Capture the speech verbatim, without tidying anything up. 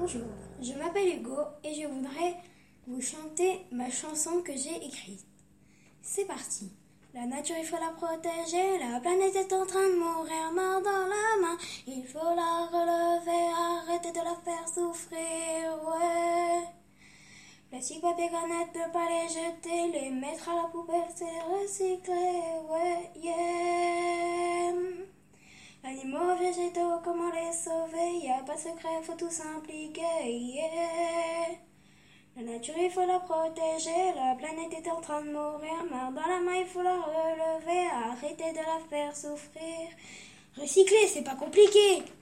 Bonjour, je m'appelle Hugo et je voudrais vous chanter ma chanson que j'ai écrite. C'est parti. La nature, il faut la protéger, la planète est en train de mourir, main dans la main. Il faut la relever, arrêter de la faire souffrir, ouais. Plastique, papier, canettes, ne pas les jeter, les mettre à la poubelle, c'est recycler, ouais, yeah. Animaux, végétaux, comment les sauver? Y a pas de secret, faut tous s'impliquer, yeah. La nature, il faut la protéger, la planète est en train de mourir, main dans la main, il faut la relever, arrêter de la faire souffrir. Recycler, c'est pas compliqué.